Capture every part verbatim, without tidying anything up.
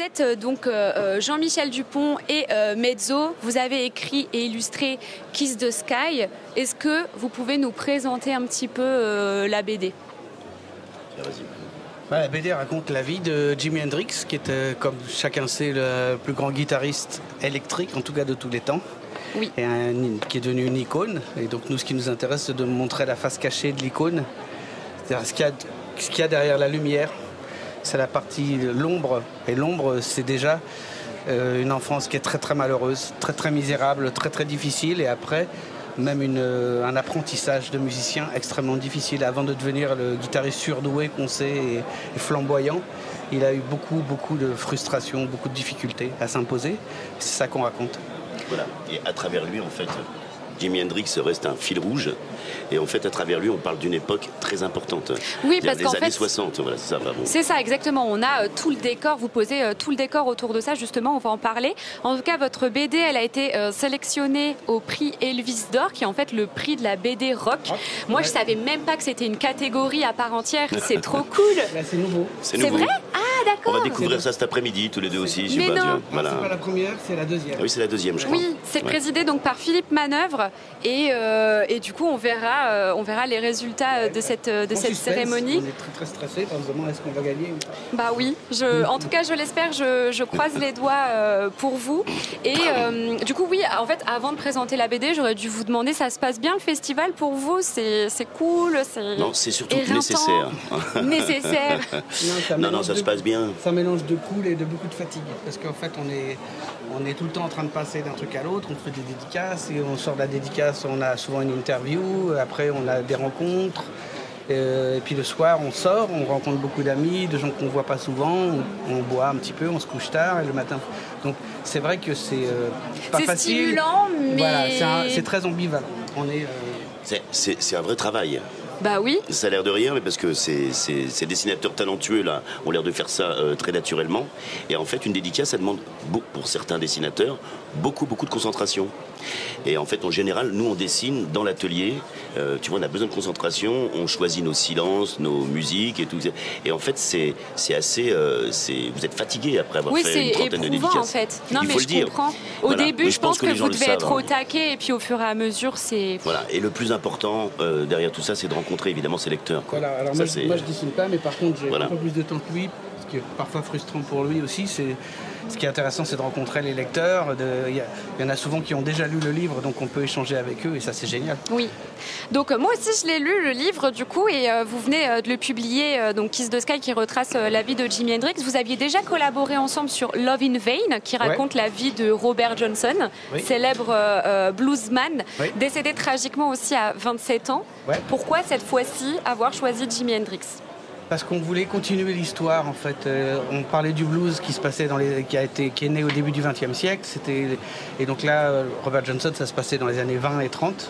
vous êtes euh, donc euh, Jean-Michel Dupont et euh, Mezzo. Vous avez écrit et illustré Kiss the Sky. Est-ce que vous pouvez nous présenter un petit peu euh, la B D? Vas-y. Ouais, la B D raconte la vie de Jimi Hendrix, qui était, comme chacun sait, le plus grand guitariste électrique, en tout cas de tous les temps. Oui. Et un, qui est devenu une icône. Et donc nous, ce qui nous intéresse, c'est de montrer la face cachée de l'icône. C'est-à-dire ce qu'il y a, ce qu'il y a derrière la lumière. C'est la partie l'ombre. Et l'ombre, c'est déjà euh, une enfance qui est très très malheureuse, très très misérable, très très difficile. Et après, même une, euh, un apprentissage de musicien extrêmement difficile. Avant de devenir le guitariste surdoué qu'on sait et, et flamboyant, il a eu beaucoup beaucoup de frustration, beaucoup de difficultés à s'imposer. C'est ça qu'on raconte. Voilà. Et à travers lui, en fait, Jimi Hendrix reste un fil rouge. Et en fait, à travers lui, on parle d'une époque très importante. Oui, parce les qu'en années fait, soixante, voilà, c'est ça. Vraiment. C'est ça, exactement. On a euh, tout le décor, vous posez euh, tout le décor autour de ça, justement, on va en parler. En tout cas, votre B D, elle a été euh, sélectionnée au prix Elvis d'Or, qui est en fait le prix de la B D rock. Oh, Moi, ouais. je savais même pas que c'était une catégorie à part entière. C'est trop cool. Là, c'est nouveau. C'est C'est nouveau. vrai? Ah, On va d'accord. découvrir ça cet après-midi, tous les deux aussi. je sais Mais pas, non. tu vois. Alors, Voilà. c'est pas la première, c'est la deuxième. Ah oui, c'est la deuxième, je crois. Oui, c'est Ouais. présidé donc par Philippe Manœuvre et, euh, et du coup on verra, euh, on verra les résultats euh, de cette, de En cette suspense, cérémonie. On est très très stressé par se demander est-ce qu'on va gagner ou pas. Bah oui, je, en tout cas je l'espère, je, je croise les doigts euh, pour vous. Et euh, du coup oui, en fait avant de présenter la B D, j'aurais dû vous demander, ça se passe bien le festival pour vous? C'est c'est cool, c'est Non, c'est surtout éreintant, nécessaire. Nécessaire. Non, ça Non, non, mélange ça de- se passe bien. Ça mélange de cool et de beaucoup de fatigue. Parce qu'en fait, on est, on est tout le temps en train de passer d'un truc à l'autre. On fait des dédicaces et on sort de la dédicace, on a souvent une interview. Après, on a des rencontres. Euh, et puis le soir, on sort, on rencontre beaucoup d'amis, de gens qu'on ne voit pas souvent. On, on boit un petit peu, on se couche tard et le matin. Donc c'est vrai que c'est euh, pas C'est facile. stimulant, mais... Voilà, c'est un- c'est très ambivalent. On est... euh, C'est- C'est c'est un vrai travail. Bah oui. Ça a l'air de rien, mais parce que ces, ces, ces dessinateurs talentueux là ont l'air de faire ça euh, très naturellement. Et en fait, une dédicace, ça demande beaucoup, pour certains dessinateurs beaucoup, beaucoup de concentration. Et en fait, en général, nous, on dessine dans l'atelier. Euh, tu vois, on a besoin de concentration. On choisit nos silences, nos musiques et tout. Et en fait, c'est c'est assez. Euh, c'est vous êtes fatigué après avoir Oui, fait c'est une trentaine de éprouvant dédicaces. en fait. Non, Il mais faut je le dire. comprends. Au Voilà. début, Mais je pense que, les gens vous le devez savent, être hein. au taquet et puis au fur et à mesure, c'est... Voilà. Et le plus important euh, derrière tout ça, c'est de rencontrer évidemment ses lecteurs. quoi. Voilà, alors Ça, moi, c'est- je, moi je dessine pas, mais par contre j'ai Voilà. un peu plus de temps que lui, ce qui est parfois frustrant pour lui aussi. C'est, ce qui est intéressant, c'est de rencontrer les lecteurs. de- Il y, a- il y en a souvent qui ont déjà lu le livre, donc on peut échanger avec eux et ça c'est génial. Oui. Donc euh, moi aussi je l'ai lu le livre du coup et euh, vous venez euh, de le publier euh, donc Kiss the Sky qui retrace euh, la vie de Jimi Hendrix. Vous aviez déjà collaboré ensemble sur Love in Vain qui raconte la vie de Robert Johnson, Oui. célèbre euh, euh, bluesman, Oui. décédé tragiquement aussi à vingt-sept ans. Ouais. Pourquoi cette fois-ci avoir choisi Jimi Hendrix? Parce qu'on voulait continuer l'histoire en fait. Euh, on parlait du blues qui se passait dans les, qui a été, qui est né au début du vingtième siècle. C'était, et donc là, euh, Robert Johnson, ça se passait dans les années vingt et trente.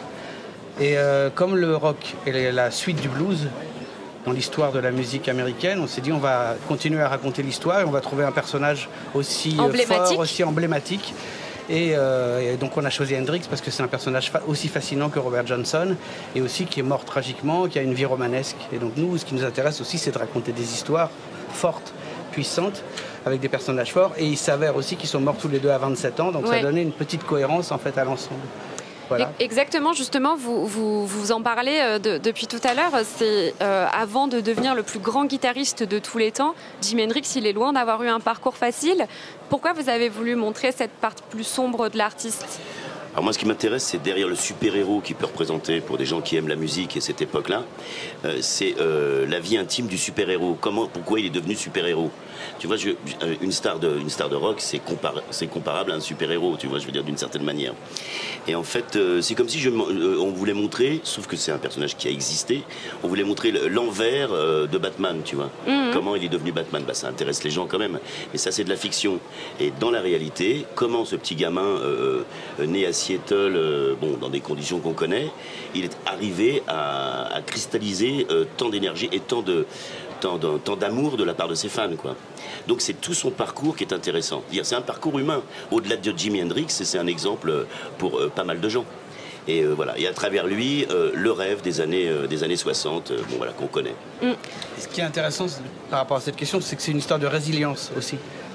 Et euh, comme le rock est la suite du blues dans l'histoire de la musique américaine, on s'est dit on va continuer à raconter l'histoire et on va trouver un personnage aussi euh, Emblématique. fort, aussi emblématique. Et, euh, et donc on a choisi Hendrix parce que c'est un personnage fa- aussi fascinant que Robert Johnson et aussi qui est mort tragiquement, qui a une vie romanesque. Et donc nous, ce qui nous intéresse aussi, c'est de raconter des histoires fortes, puissantes, avec des personnages forts. Et il s'avère aussi qu'ils sont morts tous les deux à vingt-sept ans, donc Ouais. ça donnait une petite cohérence en fait à l'ensemble. Voilà. Exactement, justement, vous, vous, vous en parlez euh, de- depuis tout à l'heure. C'est euh, avant de devenir le plus grand guitariste de tous les temps, Jimi Hendrix, il est loin d'avoir eu un parcours facile. Pourquoi vous avez voulu montrer cette partie plus sombre de l'artiste ? Alors moi, ce qui m'intéresse, c'est derrière le super-héros qui peut représenter pour des gens qui aiment la musique et cette époque-là, euh, c'est euh, la vie intime du super-héros. Comment, pourquoi il est devenu super-héros ? Tu vois, je, euh, une star de, une star de rock, c'est compar- c'est comparable à un super-héros, tu vois, je veux dire d'une certaine manière. Et en fait, euh, c'est comme si je, euh, on voulait montrer, sauf que c'est un personnage qui a existé, on voulait montrer le- l'envers euh, de Batman, tu vois. Mhm. Comment il est devenu Batman ? Bah, ça intéresse les gens quand même. Mais ça, c'est de la fiction. Et dans la réalité, comment ce petit gamin euh, euh, né à Seattle, euh, bon, dans des conditions qu'on connaît, il est arrivé à, à cristalliser euh, tant d'énergie et tant de tant, de- tant d'amour de la part de ses fans, quoi. Donc c'est tout son parcours qui est intéressant. Dire, c'est un parcours humain. Au-delà de Jimi Hendrix, c'est un exemple pour euh, pas mal de gens. Et euh, voilà. Et à travers lui, euh, le rêve des années euh, des années soixante, euh, bon voilà, qu'on connaît. Et ce qui est intéressant c'est- par rapport à cette question, c'est que c'est une histoire de résilience aussi.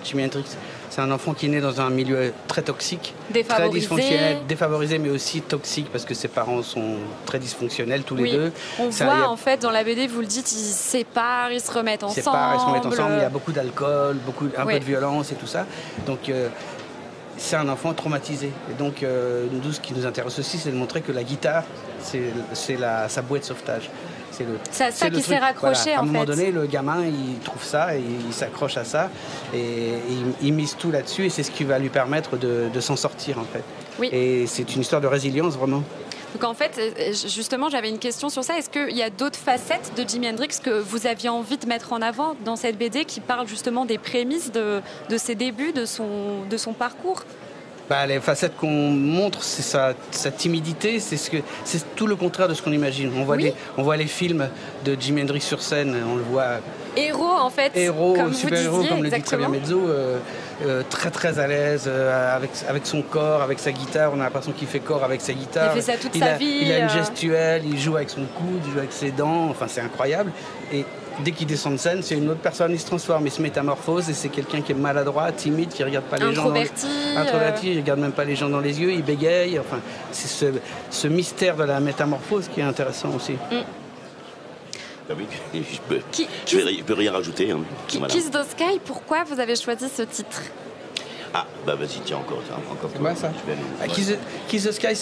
Jimi Hendrix, c'est un enfant qui est né dans un milieu très toxique, défavorisé. très dysfonctionnel, défavorisé, mais aussi toxique parce que ses parents sont très dysfonctionnels tous les oui. deux. On ça, voit a... en fait dans la B D, vous le dites, ils se séparent, ils se remettent ensemble. Ils se séparent, ils se remettent ensemble. Il y a beaucoup d'alcool, beaucoup, un oui. peu de violence et tout ça. Donc euh, c'est un enfant traumatisé. Et donc euh, nous, ce qui nous intéresse aussi, c'est de montrer que la guitare, c'est la sa bouée de sauvetage. C'est à ça qui s'est raccroché voilà. en fait. À un moment donné, le gamin, il trouve ça et il s'accroche à ça et, et il, il mise tout là-dessus et c'est ce qui va lui permettre de, de s'en sortir en fait. Oui. Et c'est une histoire de résilience vraiment. Donc en fait, justement, j'avais une question sur ça. Est-ce qu'il y a d'autres facettes de Jimi Hendrix que vous aviez envie de mettre en avant dans cette B D qui parle justement des prémices de, de ses débuts, de son, de son parcours ? Bah, les facettes qu'on montre, c'est sa, sa timidité, c'est ce que, c'est tout le contraire de ce qu'on imagine. On voit, oui. les, on voit les films de Jimi Hendrix sur scène, on le voit. Héros en fait, héros, comme super vous héros, disiez, comme le dit très bien Mezzo, euh, euh, très très à l'aise euh, avec, avec son corps, avec sa guitare. On a l'impression qu'il fait corps avec sa guitare. Il fait ça toute il sa a, vie. Il a une euh... gestuelle, il joue avec son coude, il joue avec ses dents. Enfin, c'est incroyable. Et dès qu'il descend de scène, c'est une autre personne, il se transforme, il se métamorphose et c'est quelqu'un qui est maladroit, timide, qui regarde pas les gens. Introverti. Les... Introverti, il regarde même pas les gens dans les yeux, il bégaye. Enfin, c'est ce, ce mystère de la métamorphose qui est intéressant aussi. Mm. Ah oui, je peux, qui, je, vais, je peux rien rajouter. Hein. Qui, voilà. Kiss the Sky, pourquoi vous avez choisi ce titre ? Ah, bah vas-y, tiens, encore. encore c'est moi ça. Ah, Kiss, the, Kiss the Sky,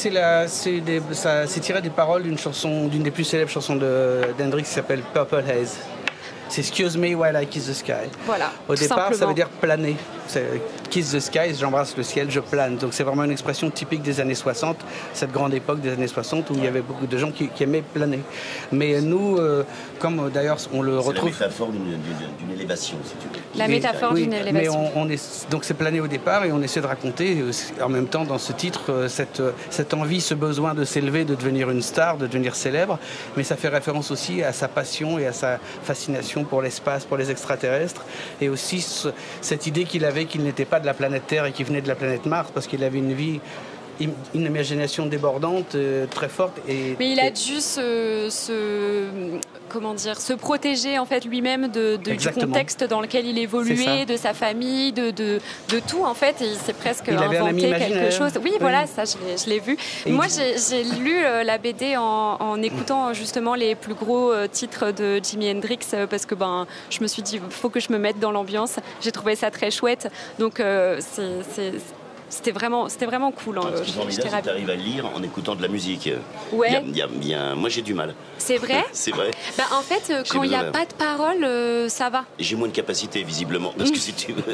c'est tiré des paroles d'une chanson, d'une des plus célèbres chansons d'Hendrix qui s'appelle Purple Haze. C'est Excuse me while I kiss the sky. Voilà. Au départ, simplement. Ça veut dire planer. Kiss the sky, j'embrasse le ciel, je plane. Donc c'est vraiment une expression typique des années soixante, cette grande époque des années soixante où il y avait beaucoup de gens qui, qui aimaient planer. Mais nous, euh, comme d'ailleurs on le retrouve. C'est la métaphore d'une élévation, si tu veux. La métaphore oui, d'une élévation. Mais on, on est, donc c'est planer au départ et on essaie de raconter en même temps dans ce titre cette, cette envie, ce besoin de s'élever, de devenir une star, de devenir célèbre. Mais ça fait référence aussi à sa passion et à sa fascination pour l'espace, pour les extraterrestres. Et aussi ce, cette idée qu'il avait qu'il n'était pas de la planète Terre et qu'il venait de la planète Mars parce qu'il avait une vie, une imagination débordante, euh, très forte. Et, Mais il a et... dû se, se, comment dire, se protéger en fait lui-même de, de, du contexte dans lequel il évoluait, de sa famille, de, de, de tout en fait. Et il s'est presque il inventé un quelque chose. Oui, oui. Voilà, ça je l'ai vu. Et moi, j'ai lu euh, la B D en, en écoutant justement les plus gros euh, titres de Jimi Hendrix euh, parce que ben, je me suis dit, il faut que je me mette dans l'ambiance. J'ai trouvé ça très chouette. Donc, euh, c'est... C'était vraiment, c'était vraiment cool. Ce qui est formidable, c'est que tu arrives à lire en écoutant de la musique. Ouais. Il y a, il y a, il y a, moi, j'ai du mal. C'est vrai. C'est vrai. Bah, en fait, quand il n'y a pas de parole, euh, ça va. J'ai moins de capacité, visiblement. Parce que si tu veux.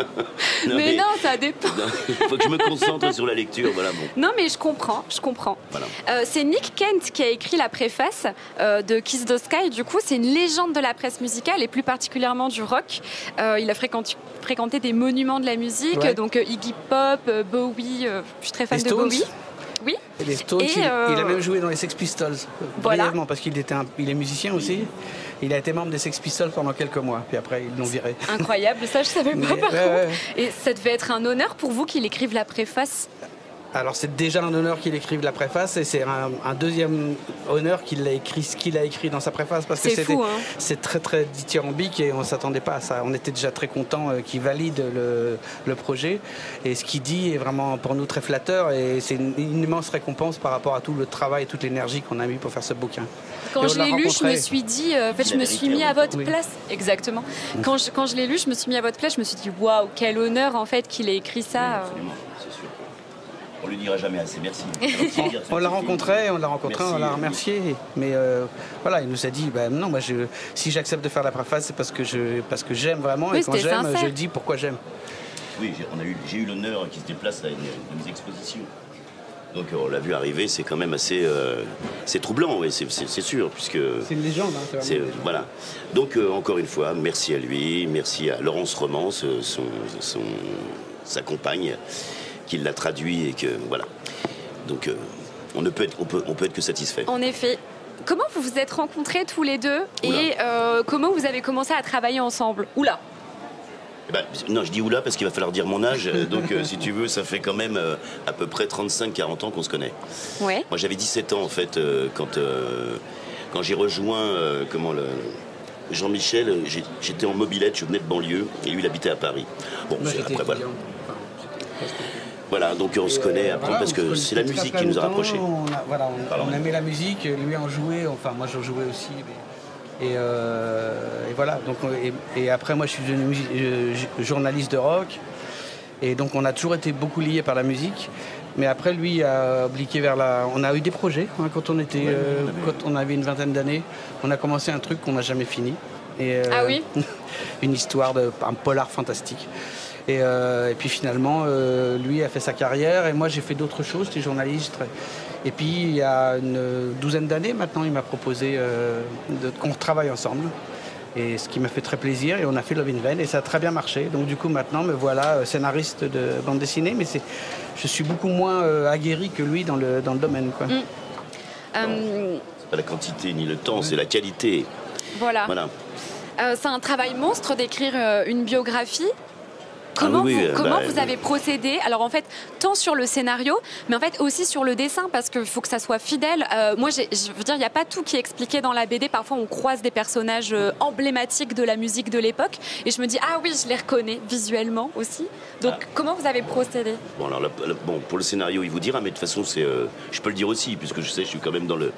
non, mais, mais non, ça dépend. Il faut que je me concentre sur la lecture. Voilà, bon. Non, mais je comprends. Je comprends. Voilà. Euh, c'est Nick Kent qui a écrit la préface euh, de Kiss the Sky. Du coup, c'est une légende de la presse musicale et plus particulièrement du rock. Euh, il a fréquenté, fréquenté des monuments de la musique, ouais. donc euh, Iggy Pop, euh, Bowie. Euh, je suis très fan de Bowie. Oui. Et les Stones, et il, euh... il a même joué dans les Sex Pistols, voilà. brièvement, parce qu'il était un, il est musicien aussi. Il a été membre des Sex Pistols pendant quelques mois, puis après ils l'ont viré. Incroyable, ça je savais Mais, pas par ouais, contre. Ouais. Et ça devait être un honneur pour vous qu'il écrive la préface. Alors c'est déjà un honneur qu'il écrive la préface et c'est un, un deuxième honneur qu'il a écrit ce qu'il a écrit dans sa préface parce que c'est hein. c'est très très dithyrambique et on s'attendait pas à ça. On était déjà très content euh, qu'il valide le, le projet et ce qu'il dit est vraiment pour nous très flatteur et c'est une, une immense récompense par rapport à tout le travail et toute l'énergie qu'on a mis pour faire ce bouquin. Quand je l'ai lu, je me suis dit, euh, en fait, je me suis mis à votre oui. place. Exactement. Quand je, quand je l'ai lu, je me suis mis à votre place. Je me suis dit, waouh, quel honneur en fait qu'il ait écrit ça. Oui, absolument, c'est sûr. On le dira jamais assez, merci. Alors, on l'a rencontré, on l'a rencontré, merci, on l'a remercié. Oui. Mais euh, voilà, il nous a dit, bah, non, moi, je, si j'accepte de faire la préface, c'est parce que je, parce que j'aime vraiment oui, et quand j'aime, je dis pourquoi j'aime. Oui, j'ai eu, j'ai eu l'honneur qu'il se déplace à une de mes expositions. Donc on l'a vu arriver, c'est quand même assez, euh, c'est troublant, oui, c'est sûr, puisque c'est une légende. Hein, c'est euh, voilà. Donc euh, encore une fois, merci à lui, merci à Laurence Romance, son, son, sa compagne, qui l'a traduit et que voilà. Donc euh, on ne peut être, on peut, on peut être que satisfait. En effet. Comment vous vous êtes rencontrés tous les deux Oula. et euh, comment vous avez commencé à travailler ensemble? Oula. Ben, non, je dis oula parce qu'il va falloir dire mon âge. Donc, euh, si tu veux, ça fait quand même euh, à peu près trente-cinq quarante ans qu'on se connaît. Ouais. Moi, j'avais dix-sept ans, en fait, euh, quand, euh, quand j'ai rejoint euh, comment, le, Jean-Michel, j'ai- j'étais en mobilette, je venais de banlieue, et lui, il habitait à Paris. Bon, Moi, c'est- j'étais après, voilà. étudiant. Enfin, presque. Voilà, donc on se connaît après, Voilà, parce on se que connaît c'est la depuis très, musique très qui nous a longtemps. rapprochés. On, a- voilà, on, Pardon. on aimait la musique, lui en jouait, enfin moi j'en jouais aussi. mais- Et, euh, et voilà, donc, on- et, et après moi je suis devenu musi- euh, journaliste de rock. Et donc on a toujours été beaucoup liés par la musique. Mais après lui a obliqué vers la... On a eu des projets hein, quand, on était, euh, quand on avait une vingtaine d'années. On a commencé un truc qu'on n'a jamais fini. Et, euh, Ah oui. une histoire, de, un polar fantastique. Et, euh, et puis finalement, euh, lui a fait sa carrière et moi j'ai fait d'autres choses, j'étais journaliste. Et puis il y a une douzaine d'années maintenant, il m'a proposé euh, de- qu'on travaille ensemble. Et ce qui m'a fait très plaisir. Et on a fait Love in Vain et ça a très bien marché. Donc du coup maintenant me voilà euh, scénariste de bande dessinée, mais c'est, je suis beaucoup moins euh, aguerri que lui dans le, dans le domaine. Quoi. Mm. Euh, C'est pas la quantité ni le temps, c'est la qualité. voilà. Voilà. Euh, c'est un travail monstre d'écrire euh, une biographie. Comment, Ah oui, oui, vous, euh, comment bah, vous avez procédé? Alors en fait, tant sur le scénario, mais en fait aussi sur le dessin, parce qu'il faut que ça soit fidèle. Euh, moi, j'ai- je veux dire, il n'y a pas tout qui est expliqué dans la B D. Parfois, on croise des personnages euh, emblématiques de la musique de l'époque, et je me dis, ah oui, je les reconnais visuellement aussi. Donc, Ah. comment vous avez procédé? Bon, alors, la- la- bon, pour le scénario, il vous dira, mais de toute façon, c'est, euh, je peux le dire aussi, puisque je sais, je suis quand même dans le.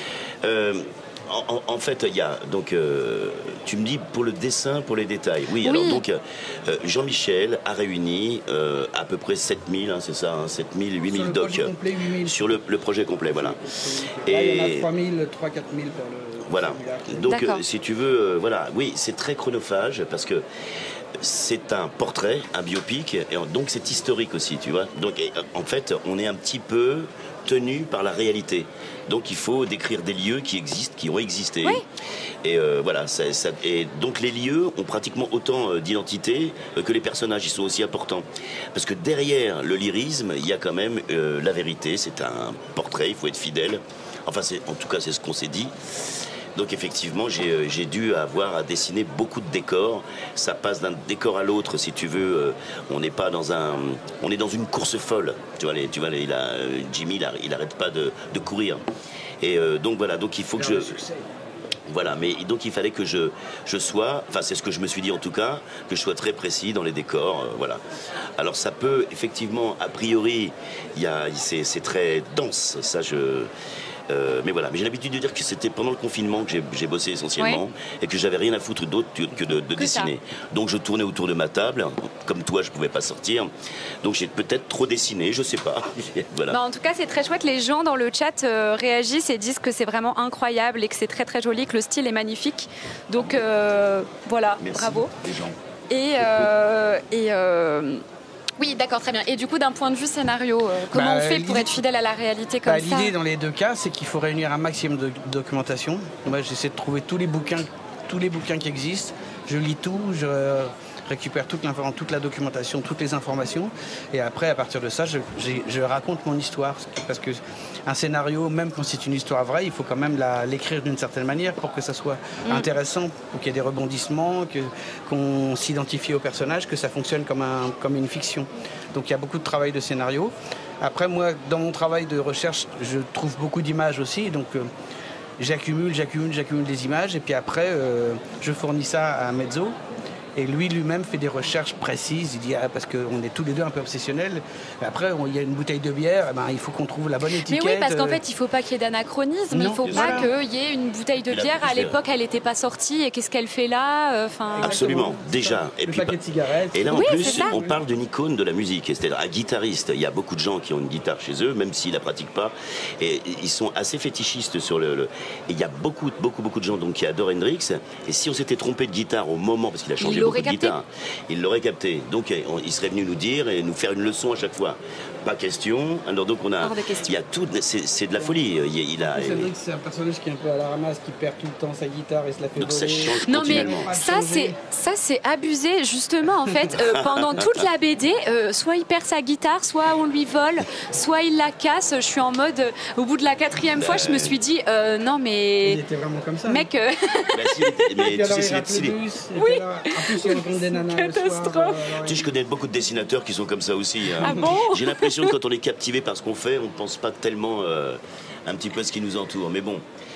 Euh, en, en- en fait, il y a donc, euh, tu me dis pour le dessin, pour les détails. Oui, Oui. alors donc, euh, Jean-Michel a réuni euh, à peu près sept mille, hein, c'est ça, hein, sept mille, huit Sur mille le docs. projet complet, huit mille. Sur le, le projet complet, voilà. Là, il y en a Et. trois mille, trois à quatre mille pour le. Voilà. celui-là. Donc, D'accord. euh, si tu veux, euh, voilà, oui, c'est très chronophage parce que c'est un portrait, un biopic, et en- donc c'est historique aussi, tu vois. Donc, et, euh, en fait, on est un petit peu tenu par la réalité. Donc, il faut décrire des lieux qui existent, qui ont existé. Oui. Et euh, voilà, ça- ça- et donc les lieux ont pratiquement autant euh, d'identité euh, que les personnages, ils sont aussi importants. Parce que derrière le lyrisme, il y a quand même euh, la vérité, c'est un portrait, il faut être fidèle. Enfin, c'est, en tout cas, c'est ce qu'on s'est dit. Donc effectivement, j'ai, euh, j'ai dû avoir à dessiner beaucoup de décors. Ça passe d'un décor à l'autre, si tu veux. Euh, on n'est pas dans un, on est dans une course folle. Tu vois, les, tu vois, les- il a, euh, Jimmy, il, a- il arrête pas de, de courir. Et euh, donc voilà, donc il faut que je, voilà. Mais donc il fallait que je, je sois, enfin c'est ce que je me suis dit en tout cas, que je sois très précis dans les décors. euh, voilà. Alors ça peut effectivement, a priori, il y a, c'est, c'est très dense. Ça je. Euh, mais voilà, mais j'ai l'habitude de dire que c'était pendant le confinement que j'ai, j'ai bossé essentiellement Ouais. et que j'avais rien à foutre d'autre que de, de Que ça. dessiner. Donc je tournais autour de ma table, comme toi je pouvais pas sortir, donc j'ai peut-être trop dessiné, je sais pas. Voilà. Bah, en tout cas, c'est très chouette. Les gens dans le chat euh, réagissent et disent que c'est vraiment incroyable et que c'est très très joli, que le style est magnifique. Donc euh, voilà, Merci, bravo. les gens. Et, euh, et euh, oui, d'accord, très bien. Et du coup, d'un point de vue scénario, euh, comment Bah, on fait pour l'idée- être fidèle à la réalité comme Bah, ça? L'idée dans les deux cas, c'est qu'il faut réunir un maximum de documentation. Moi, j'essaie de trouver tous les bouquins, tous les bouquins qui existent. Je lis tout, je récupère toute, l'inform- toute la documentation, toutes les informations. Et après, à partir de ça, je, j'ai- je raconte mon histoire. Parce que un scénario, même quand c'est une histoire vraie, il faut quand même la- l'écrire d'une certaine manière pour que ça soit intéressant, pour qu'il y ait des rebondissements, que, qu'on s'identifie au personnage, que ça fonctionne comme, un, comme une fiction. Donc il y a beaucoup de travail de scénario. Après, moi, dans mon travail de recherche, je trouve beaucoup d'images aussi. Donc euh, j'accumule, j'accumule, j'accumule des images. Et puis après, euh, je fournis ça à Mezzo. Et lui, lui-même, fait des recherches précises. Il dit, ah, parce qu'on est tous les deux un peu obsessionnels. Et après, on- il y a une bouteille de bière, eh ben, il faut qu'on trouve la bonne Mais étiquette. oui, parce qu'en euh, fait, il ne faut pas qu'il y ait d'anachronisme. Non, Il ne faut pas voilà. qu'il y ait une bouteille de Il a bière. plus À de- l'époque, elle n'était pas sortie. Et qu'est-ce qu'elle fait là? Enfin, Absolument, déjà. Le Et puis, paquet de cigarettes. Et là, en Oui, plus, c'est ça. on parle d'une icône de la musique, c'est-à-dire un guitariste. Il y a beaucoup de gens qui ont une guitare chez eux, même s'ils la pratiquent pas, et ils sont assez fétichistes sur le. le- Et il y a beaucoup, beaucoup, beaucoup de gens donc qui adorent Hendrix. Et si on s'était trompé de guitare au moment, parce qu'il a changé Il beaucoup l'aurait de capté. guitare, il l'aurait capté. Donc, on- il serait venu nous dire et nous faire une leçon à chaque fois. Pas question. Alors donc, on a. Hors de question. Il y a tout. C'est, c'est de la folie. Il, y a- il a. C'est vrai que c'est un personnage qui est un peu à la ramasse, qui perd tout le temps sa guitare et se la fait Donc ça voler. change non mais continuellement. ça c'est ça c'est abusé justement en fait. Euh, pendant toute la B D, euh, soit il perd sa guitare, soit on lui vole, soit il la casse. Je suis en mode euh, au bout de la quatrième fois, je me suis dit euh, non Il mais était vraiment comme ça. mec, euh, Bah, si, mais Et tu alors, sais, il c'est, rate c'est le les- bus, et puis là, en plus, il rencontre des nanas le soir, Catastrophe. euh, alors, Tu sais, je connais beaucoup de dessinateurs qui sont comme ça aussi. hein. Ah bon J'ai l'impression que quand on est captivé par ce qu'on fait, on ne pense pas tellement euh, un petit peu à ce qui nous entoure. Mais bon,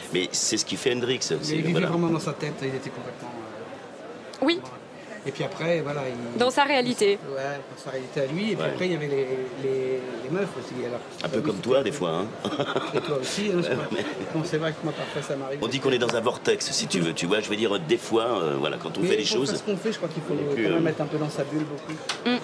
Mais c'est ce qui fait Hendrix. Il vivait voilà. vraiment dans sa tête, il était complètement... Euh... Oui. Et puis après, voilà. Il... Dans sa réalité. Ouais, dans sa réalité à lui. Et puis ouais. après, il y avait les, les, les meufs aussi. Alors, un peu comme toi, des fois. Hein. Et toi aussi. Hein, mais... Non, c'est vrai que moi, parfois, ça m'arrive. On dit qu'on est dans un vortex, si tu veux. Tu vois, je veux dire, des fois, euh, voilà, quand on mais fait les choses. Ce qu'on fait, je crois qu'il faut plus, quand même euh... mettre un peu dans sa bulle beaucoup. Mm.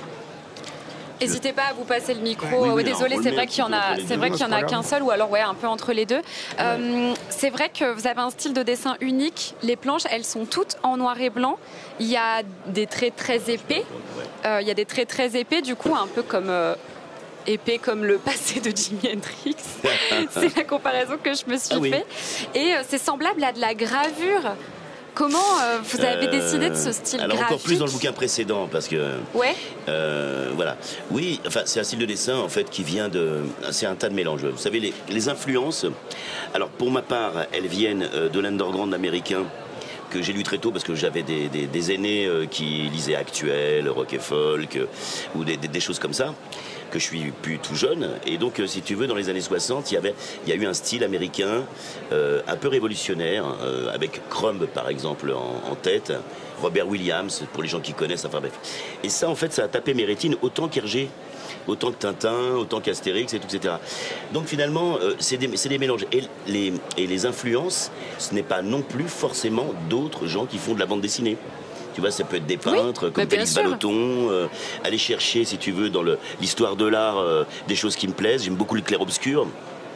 N'hésitez pas à vous passer le micro. Oui, oui, désolé, c'est vrai qu'il y en a, c'est vrai qu'il y en a qu'un seul, ou alors ouais, un peu entre les deux. Ouais. Euh, c'est vrai que vous avez un style de dessin unique. Les planches, elles sont toutes en noir et blanc. Il y a des traits très épais. Euh, il y a des traits très épais, du coup, un peu comme euh, épais comme le passé de Jimi Hendrix. C'est la comparaison que je me suis ah, oui. fait. Et euh, c'est semblable à de la gravure. Comment euh, vous avez euh, décidé de ce style alors graphique? Encore plus dans le bouquin précédent, parce que... Ouais. Euh, voilà. Oui, enfin, c'est un style de dessin, en fait, qui vient de... C'est un tas de mélanges. Vous savez, les, les influences, alors pour ma part, elles viennent de l'underground américain, que j'ai lu très tôt, parce que j'avais des, des, des aînés qui lisaient Actuel, Rock et Folk, ou des, des, des choses comme ça, que je suis plus tout jeune. Et donc, si tu veux, dans les années soixante, il y avait, il y a eu un style américain euh, un peu révolutionnaire, euh, avec Crumb, par exemple, en, en tête, Robert Williams, pour les gens qui connaissent, enfin bref. Et ça, en fait, ça a tapé mes rétines autant qu'Hergé, autant que Tintin, autant qu'Astérix, et tout, et cetera. Donc, finalement, euh, c'est des, c'est des mélanges. Et les, et les influences, ce n'est pas non plus forcément d'autres gens qui font de la bande dessinée. Tu vois, ça peut être des peintres, oui, comme Félix Baloton, euh, aller chercher, si tu veux, dans le, l'histoire de l'art, euh, des choses qui me plaisent. J'aime beaucoup le clair-obscur.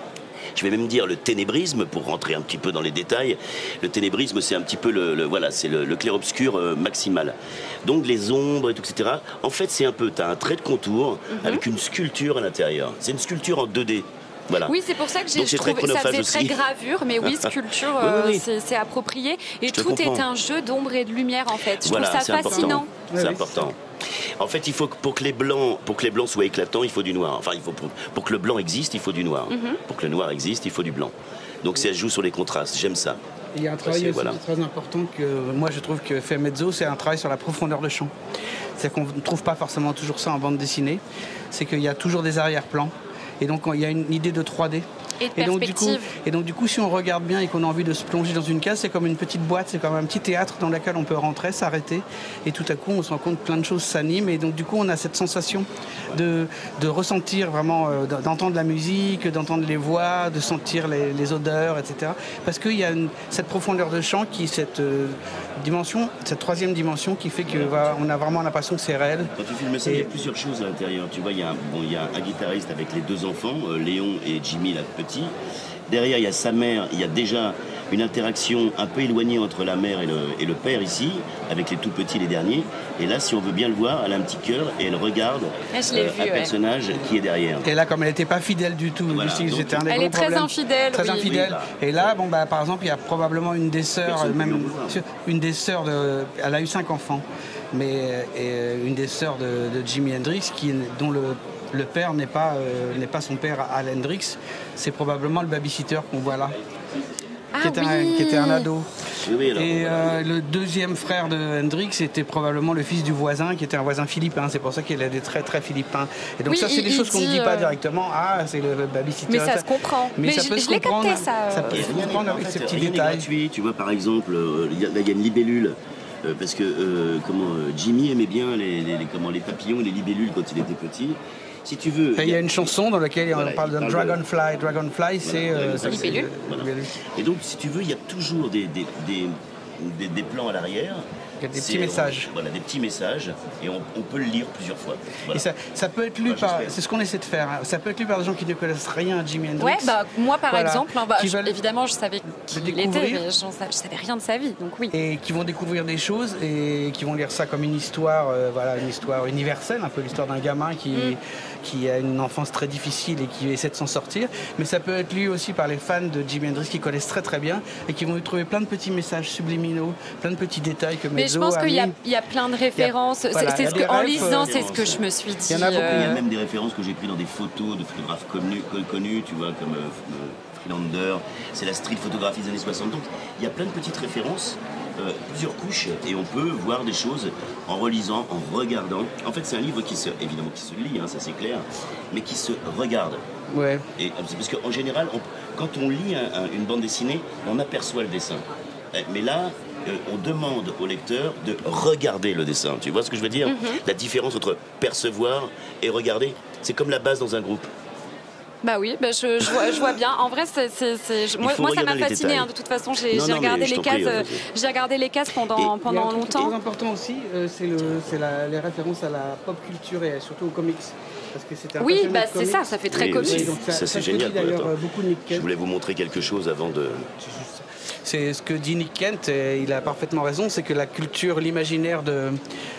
Je vais même dire le ténébrisme, pour rentrer un petit peu dans les détails. Le ténébrisme, c'est un petit peu le, le voilà, c'est le, le clair-obscur euh, maximal. Donc les ombres et tout, et cetera. En fait, c'est un peu, tu as un trait de contour mm-hmm. avec une sculpture à l'intérieur. C'est une sculpture en deux D. Voilà. Oui, c'est pour ça que j'ai, je trouve ça faisait très gravure, mais oui, sculpture, euh, oui, oui. C'est, c'est approprié. Et tout est un jeu d'ombre et de lumière, en fait. Je voilà, trouve ça fascinant. Important. C'est oui, important. En fait, il faut que pour que les blancs, pour que les blancs soient éclatants, il faut du noir. Enfin, il faut pour, pour que le blanc existe, il faut du noir. Mm-hmm. Pour que le noir existe, il faut du blanc. Donc, ça joue sur les contrastes. J'aime ça. Il y a un travail aussi voilà. très important que moi je trouve que fait Mezzo, c'est un travail sur la profondeur de champ. C'est qu'on ne trouve pas forcément toujours ça en bande dessinée. C'est qu'il y a toujours des arrière-plans. Et donc il y a une idée de trois D. Et de et donc, du coup, et donc du coup, si on regarde bien et qu'on a envie de se plonger dans une case, c'est comme une petite boîte, c'est comme un petit théâtre dans lequel on peut rentrer, s'arrêter, et tout à coup, on se rend compte que plein de choses s'animent, et donc du coup, on a cette sensation de, de ressentir vraiment, euh, d'entendre la musique, d'entendre les voix, de sentir les, les odeurs, et cetera. Parce qu'il y a une, cette profondeur de champ, qui cette euh, dimension, cette troisième dimension, qui fait qu'on va, on a vraiment l'impression que c'est réel. Quand tu filmes ça, et... il y a plusieurs choses à l'intérieur. Tu vois, il y a un, bon, il y a un guitariste avec les deux enfants, euh, Léon et Jimmy, la petite. Derrière, il y a sa mère, il y a déjà une interaction un peu éloignée entre la mère et le, et le père ici, avec les tout petits, les derniers. Et là, si on veut bien le voir, elle a un petit cœur et elle regarde ah, euh, vu, un ouais. personnage qui est derrière. Et là, comme elle n'était pas fidèle du tout, voilà, donc, c'était un elle est très problèmes. infidèle. Très oui. infidèle. Oui, et là, bon, bah, par exemple, il y a probablement une des sœurs, même une des sœurs, de, elle a eu cinq enfants, mais et, une des sœurs de, de Jimi Hendrix, qui, dont le Le père n'est pas, euh, n'est pas son père Al Hendrix, c'est probablement le babysitter qu'on voit là, ah, qui, était oui. un, qui était un ado. Oui, oui, alors, et euh, le deuxième frère de Hendrix était probablement le fils du voisin, qui était un voisin philippin. C'est pour ça qu'il a des traits très philippins. Et donc oui, ça, c'est il, des choses qu'on ne dit pas directement. Ah, c'est le babysitter. Mais ça, ça se comprend. Mais, mais ça je, peut je se comprendre. Capté, ça. Ça peut se comprendre avec ces petits détails. Gratuit. Tu vois, par exemple, il y, y a une libellule. Euh, parce que euh, comment, euh, Jimmy aimait bien les, les, les, comment, les papillons et les libellules quand il était petit. Si tu veux, il y, y a une chanson dans laquelle voilà, on parle d'un dragonfly. De... Dragonfly, c'est voilà, euh, libellule. Voilà. Et donc, si tu veux, il y a toujours des, des, des, des, des plans à l'arrière. Il y a des petits messages. On, voilà, des petits messages, et on, on peut le lire plusieurs fois. Voilà. Et ça, ça peut être lu enfin, par, c'est ce qu'on essaie de faire, hein. Ça peut être lu par des gens qui ne connaissent rien à Jimi Hendrix. Ouais, bah, moi par voilà. exemple, hein, bah, je, veulent évidemment je savais qui il était, mais je ne savais rien de sa vie, donc oui. Et qui vont découvrir des choses, et qui vont lire ça comme une histoire, euh, voilà, une histoire universelle, un peu l'histoire d'un gamin qui, mm. qui a une enfance très difficile et qui essaie de s'en sortir. Mais ça peut être lu aussi par les fans de Jimi Hendrix qui connaissent très très bien, et qui vont y trouver plein de petits messages subliminaux, plein de petits détails que Mezzo Mais je pense qu'il y a Il y a plein de références. A, voilà, c'est, c'est ce que, en lisant, c'est ce que je me suis dit. Il y en a beaucoup. Euh... Il y a même des références que j'ai prises dans des photos de photographes connus, connus tu vois, comme euh, Freelander. C'est la street photographie des années soixante. Donc, il y a plein de petites références, euh, plusieurs couches, et on peut voir des choses en relisant, en regardant. En fait, c'est un livre qui se, évidemment, qui se lit, hein, ça c'est clair, mais qui se regarde. Ouais. Et, parce qu'en général, on, quand on lit un, un, une bande dessinée, on aperçoit le dessin. Mais là, euh, on demande au lecteur de regarder le dessin. Tu vois ce que je veux dire? Mm-hmm. La différence entre percevoir et regarder, c'est comme la base dans un groupe. Bah oui, bah je, je, vois, je vois bien. En vrai, c'est, c'est, c'est, moi, moi ça m'a fasciné. Hein, de toute façon, j'ai, non, j'ai, non, regardé les cases, prie, euh, j'ai regardé les cases pendant, pendant longtemps. Ce qui est important aussi, euh, c'est, le, c'est la, les références à la pop culture et surtout aux comics. Parce que c'est un oui, bah c'est ça, ça fait très oui, comics. Oui, ça, ça, ça c'est génial. D'ailleurs, beaucoup de Nick Kent. Je voulais vous montrer quelque chose avant de... C'est ce que dit Nick Kent, et il a parfaitement raison, c'est que la culture, l'imaginaire de,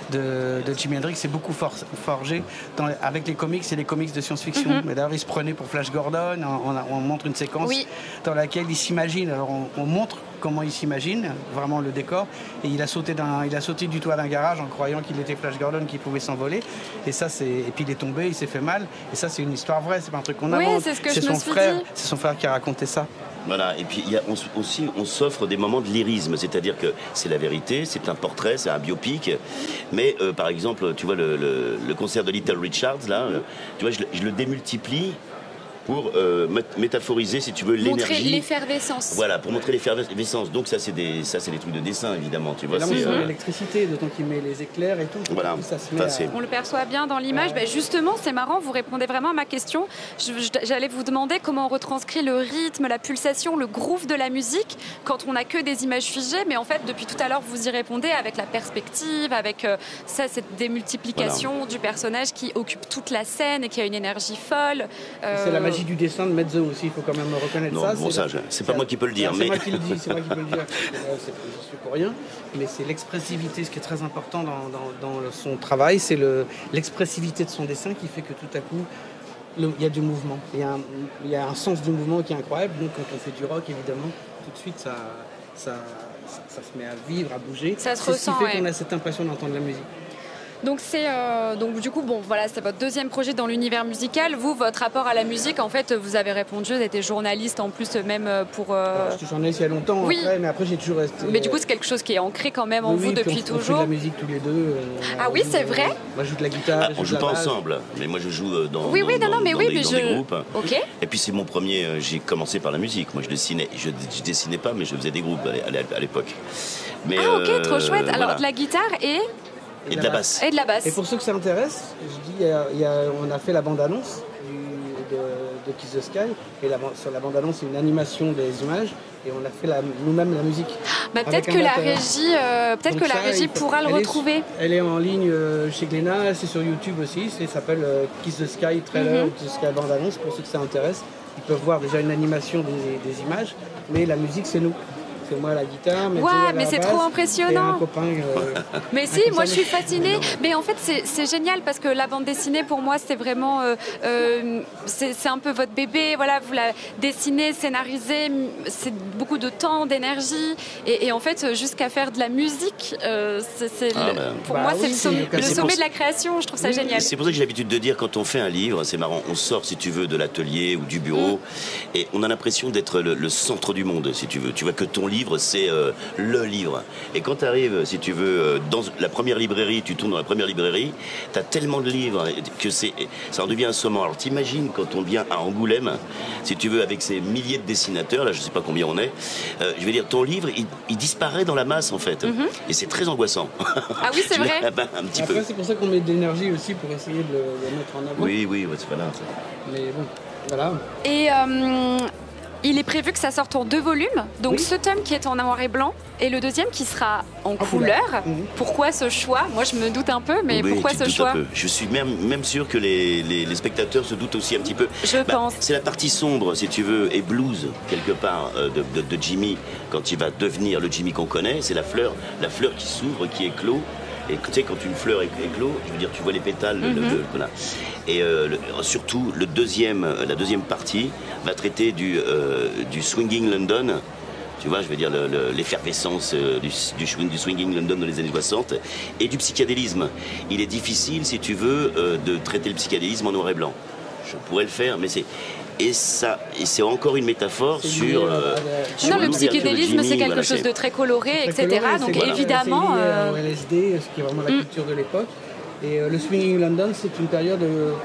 de, de Jimi Hendrix est beaucoup for, forgé dans, avec les comics et les comics de science-fiction. Mm-hmm. Mais d'ailleurs, il se prenait pour Flash Gordon, on, on, on montre une séquence oui. dans laquelle il s'imagine, alors on, on montre comment il s'imagine, vraiment le décor, et il a sauté, d'un, il a sauté du toit d'un garage en croyant qu'il était Flash Gordon, qu'il pouvait s'envoler, et ça c'est, et puis il est tombé, il s'est fait mal, et ça c'est une histoire vraie, c'est pas un truc qu'on oui, invente, c'est, ce que c'est je son me suis frère, dit. c'est son frère qui a raconté ça. Voilà, et puis il y a, on, aussi on s'offre des moments de lyrisme, c'est-à-dire que c'est la vérité, c'est un portrait, c'est un biopic, mais euh, par exemple, tu vois le, le, le concert de Little Richard, là, euh, tu vois, je, je le démultiplie pour euh, métaphoriser, si tu veux, l'énergie. Montrer l'effervescence. Voilà, pour montrer l'effervescence. Donc ça, c'est des, ça, c'est des trucs de dessin, évidemment. Tu vois, là, c'est on euh... l'électricité, d'autant qu'il met les éclairs et tout. Voilà. Tout ça se met enfin, à... On le perçoit bien dans l'image. Euh... Ben justement, c'est marrant, vous répondez vraiment à ma question. Je, je, j'allais vous demander comment on retranscrit le rythme, la pulsation, le groove de la musique quand on n'a que des images figées. Mais en fait, depuis tout à l'heure, vous y répondez avec la perspective, avec euh, ça, cette démultiplication voilà. du personnage qui occupe toute la scène et qui a une énergie folle. Euh... C'est la magie du dessin de Mezzo aussi, il faut quand même reconnaître non, ça. Bon, c'est ça, la... c'est pas moi qui peux le dire. C'est mais... moi qui le dis, c'est moi qui peux le dire. C'est, je suis pour rien. Mais c'est l'expressivité, ce qui est très important dans, dans, dans son travail, c'est le, l'expressivité de son dessin qui fait que tout à coup, le, il y a du mouvement. Il y a, un, il y a un sens du mouvement qui est incroyable. Donc quand on fait du rock, évidemment, tout de suite, ça, ça, ça, ça se met à vivre, à bouger. Ça se c'est ressent, ce qui fait ouais. qu'on a cette impression d'entendre la musique. Donc c'est euh, donc du coup bon voilà c'est votre deuxième projet dans l'univers musical. Vous votre rapport à la musique en fait vous avez répondu, vous étiez journaliste en plus même pour. Euh... J'étais journaliste il y a longtemps. Oui. Après, mais après j'ai toujours resté. Mais du coup c'est quelque chose qui est ancré quand même en oui, vous oui, depuis on, toujours. On fait de la musique tous les deux. Euh, ah oui c'est vrai. Moi je joue de la guitare. Ah, on joue pas ensemble, mais moi je joue dans. Oui oui dans, non non mais dans oui des, mais dans je. Des groupes. Ok. Et puis c'est mon premier. J'ai commencé par la musique. Moi je dessinais. Je, je dessinais pas mais je faisais des groupes à l'époque. Mais ah ok euh, trop chouette. Alors voilà. de la guitare et. Et de la basse. Et de la basse. Et pour ceux que ça intéresse, je dis, il y a, il y a, on a fait la bande-annonce du, de, de Kiss the Sky. Et la, sur la bande-annonce, c'est une animation des images. Et on a fait la, nous-mêmes la musique. Bah, peut-être que la régie, euh, peut-être que la ça, régie faut, pourra le retrouver. Est, elle est en ligne euh, chez Glénat, c'est sur YouTube aussi. Ça s'appelle euh, Kiss the Sky trailer, mm-hmm. Kiss the Sky bande-annonce. Pour ceux que ça intéresse, ils peuvent voir déjà une animation des, des images. Mais la musique, c'est nous. C'est moi à la guitare, mais, ouais, mais la c'est basse, trop impressionnant. Et un copain, euh, mais si, moi je suis fascinée. Mais en fait, c'est, c'est génial parce que la bande dessinée, pour moi, c'est vraiment, euh, euh, c'est, c'est un peu votre bébé. Voilà, vous la dessinez, scénarisez, c'est beaucoup de temps, d'énergie, et, et en fait, jusqu'à faire de la musique, euh, c'est, c'est ah, le, ben. pour bah moi, oui, c'est le sommet, le sommet pour... de la création. Je trouve ça oui, génial. C'est pour ça que j'ai l'habitude de dire, quand on fait un livre, c'est marrant, on sort, si tu veux, de l'atelier ou du bureau, mm. et on a l'impression d'être le, le centre du monde, si tu veux. Tu vois que ton livre, c'est euh, le livre. Et quand tu arrives, si tu veux, dans la première librairie, tu tournes dans la première librairie, tu as tellement de livres que c'est, ça en devient assommant. Alors t'imagines quand on vient à Angoulême, si tu veux, avec ces milliers de dessinateurs, là je sais pas combien on est, euh, je veux dire, ton livre, il, il disparaît dans la masse en fait. Mm-hmm. Et c'est très angoissant. Ah oui, c'est vrai. Ah ben, un petit Après, peu. c'est pour ça qu'on met de l'énergie aussi pour essayer de le, de le mettre en avant. Oui, oui, c'est pas là. Mais bon, voilà. Et... Euh... Il est prévu que ça sorte en deux volumes, donc oui. ce tome qui est en noir et blanc et le deuxième qui sera en, en couleur. couleur. Mmh. Pourquoi ce choix? Moi je me doute un peu, mais oui, pourquoi ce choix? Je suis même, même sûr que les, les, les spectateurs se doutent aussi un petit peu. Je bah, pense. C'est la partie sombre, si tu veux, et blues, quelque part, euh, de, de, de Jimmy, quand il va devenir le Jimmy qu'on connaît. C'est la fleur, la fleur qui s'ouvre, qui éclot. Et tu sais, quand une fleur éclot, je veux dire, tu vois les pétales. Mm-hmm. le, le, voilà. Et euh, le, surtout, le deuxième, la deuxième partie va traiter du, euh, du swinging London. Tu vois, je veux dire, le, le, l'effervescence euh, du, du, swing, du swinging London dans les années soixante et du psychédélisme. Il est difficile, si tu veux, euh, de traiter le psychédélisme en noir et blanc. Je pourrais le faire, mais c'est... Et ça, et c'est encore une métaphore c'est sur, euh, sur. Non, le psychédélisme, c'est quelque voilà, chose c'est... de très coloré, très et cetera. Coloré, donc voilà, évidemment. C'est lié euh... au L S D, ce qui est vraiment la mm. culture de l'époque. Et euh, le swinging London, c'est une période euh,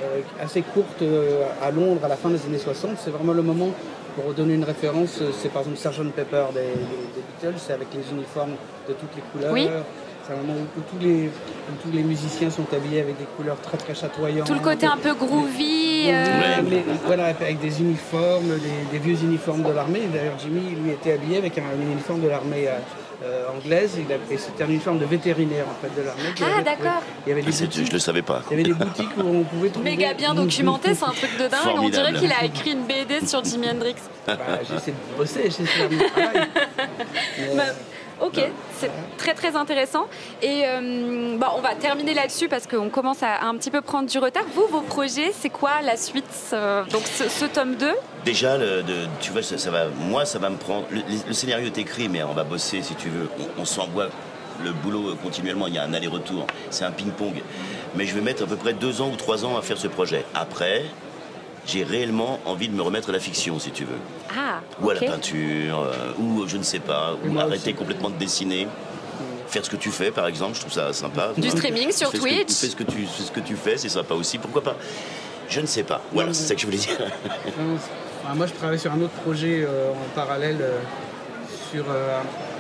euh, assez courte euh, à Londres à la fin des années soixante. C'est vraiment le moment, pour donner une référence, c'est par exemple sergent Pepper des, des, des Beatles, c'est avec les uniformes de toutes les couleurs. Oui. C'est un moment où, où, tous les, où tous les musiciens sont habillés avec des couleurs très très chatoyantes. Tout le côté un peu groovy. Euh... Ouais, les, voilà, avec des uniformes, des, des vieux uniformes de l'armée. D'ailleurs, Jimmy, lui, était habillé avec un, un uniforme de l'armée euh, anglaise. Il a, et c'était un uniforme de vétérinaire, en fait, de l'armée. Ah, d'accord. Il y avait des Ah, boutiques, je ne le savais pas. Il y avait des boutiques où on pouvait trouver... Méga bien documenté, c'est un truc de dingue. Formidable. On dirait qu'il a écrit une B D sur Jimi Hendrix. Bah, j'essaie de bosser, j'essaie de faire mon travail. Mais, bah, Ok, c'est très très intéressant. Et euh, bah, on va terminer là-dessus parce qu'on commence à, à un petit peu prendre du retard. Vous, vos projets, c'est quoi la suite euh, Donc ce, ce tome deux. Déjà, le, de, tu vois, ça, ça va, moi, ça va me prendre... Le, le scénario est écrit, mais on va bosser, si tu veux. On, on s'envoie le boulot continuellement, il y a un aller-retour. C'est un ping-pong. Mais je vais mettre à peu près deux ans ou trois ans à faire ce projet. Après... j'ai réellement envie de me remettre à la fiction, si tu veux. Ah, ou à okay. la peinture, euh, ou je ne sais pas, ou moi arrêter aussi. complètement de dessiner. Faire ce que tu fais, par exemple, je trouve ça sympa. Du streaming sur fais Twitch. Tu fais ce que tu, fais ce que tu fais, c'est sympa aussi. Pourquoi pas? Je ne sais pas. Voilà, Non, c'est ça que je voulais dire. Non, enfin, moi, je travaille sur un autre projet euh, en parallèle euh, sur, euh,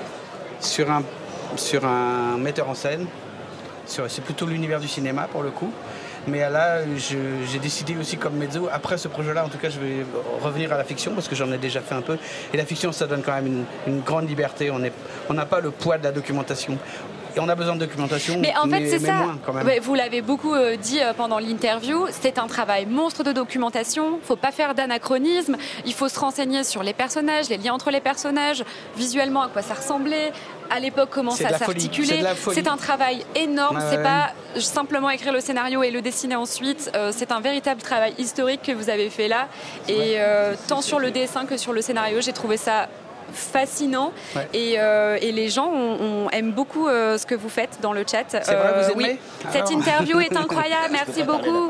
sur, un, sur un metteur en scène. Sur, c'est plutôt l'univers du cinéma, pour le coup. Mais là, je, j'ai décidé aussi comme mezzo, après ce projet-là, en tout cas, je vais revenir à la fiction, parce que j'en ai déjà fait un peu. Et la fiction, ça donne quand même une, une grande liberté. On est, on n'a pas le poids de la documentation. Et on a besoin de documentation, mais en fait, mais, c'est mais ça. moins quand même. Ouais, vous l'avez beaucoup euh, dit euh, pendant l'interview, c'est un travail monstre de documentation. Il ne faut pas faire d'anachronisme. Il faut se renseigner sur les personnages, les liens entre les personnages, visuellement à quoi ça ressemblait, à l'époque comment C'est ça de la folie. s'articulait. C'est de la folie. C'est un travail énorme. Ouais, c'est ouais. pas simplement écrire le scénario et le dessiner ensuite. Euh, c'est un véritable travail historique que vous avez fait là. Et euh, tant sur le dessin que sur le scénario, j'ai trouvé ça fascinant. Ouais. Et, euh, et les gens on, on aiment beaucoup euh, ce que vous faites dans le chat. C'est vrai, vous aimez? Oui. Cette Alors... interview est incroyable. Merci beaucoup.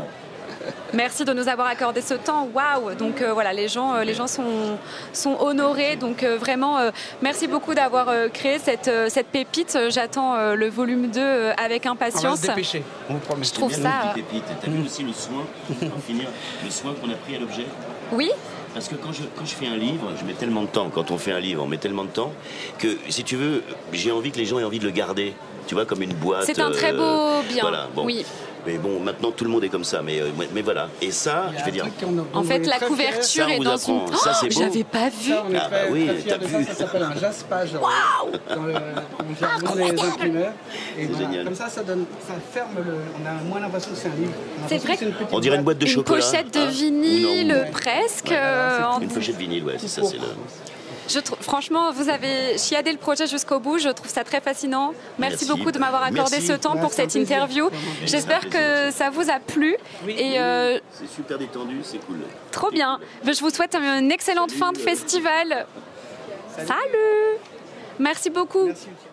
Merci de nous avoir accordé ce temps. Waouh. Donc euh, voilà, les gens, euh, les gens sont, sont honorés. Donc euh, vraiment, euh, merci beaucoup d'avoir euh, créé cette, euh, cette pépite. J'attends euh, le volume deux euh, avec On impatience. va se dépêcher, on vous promet. Je trouve Bien, ça, nos petites pépites. T'as vu aussi le soin, pour finir, le soin qu'on a pris à l'objet? Oui. Parce que quand je, quand je fais un livre, je mets tellement de temps, quand on fait un livre, on met tellement de temps, que si tu veux, j'ai envie que les gens aient envie de le garder. Tu vois, comme une boîte. C'est un très beau bien. Voilà, bon. Oui. Mais bon, maintenant tout le monde est comme ça. Mais, euh, mais voilà. Et ça, je vais dire. En fait, la couverture Ça, on est vous dans apprend. une. Ça, c'est beau. J'avais pas vu. Ça, on est Ah, très, bah oui, très fiers t'as de vu. ça. Ça s'appelle un jaspage dans, dans le, dans le jargon des imprimeurs. Et voilà, génial. comme ça, ça, donne, ça ferme le. On a moins l'impression que c'est un livre. On a C'est l'impression vrai que une petite On dirait une boîte de Une chocolat. pochette de hein, vinyle, ou non, ou- presque. Ouais, euh, en- Une pochette vinyle, ouais, c'est ça, c'est le. Je trou- Franchement, vous avez chiadé le projet jusqu'au bout. Je trouve ça très fascinant. Merci, Merci. beaucoup de m'avoir accordé Merci. ce temps Ouais, pour c'est un cette plaisir. interview. J'espère que ça vous a plu. Oui. Et euh, C'est super détendu, c'est cool. trop bien. Je vous souhaite une excellente fin de festival. Salut. Salut. Merci beaucoup. Merci.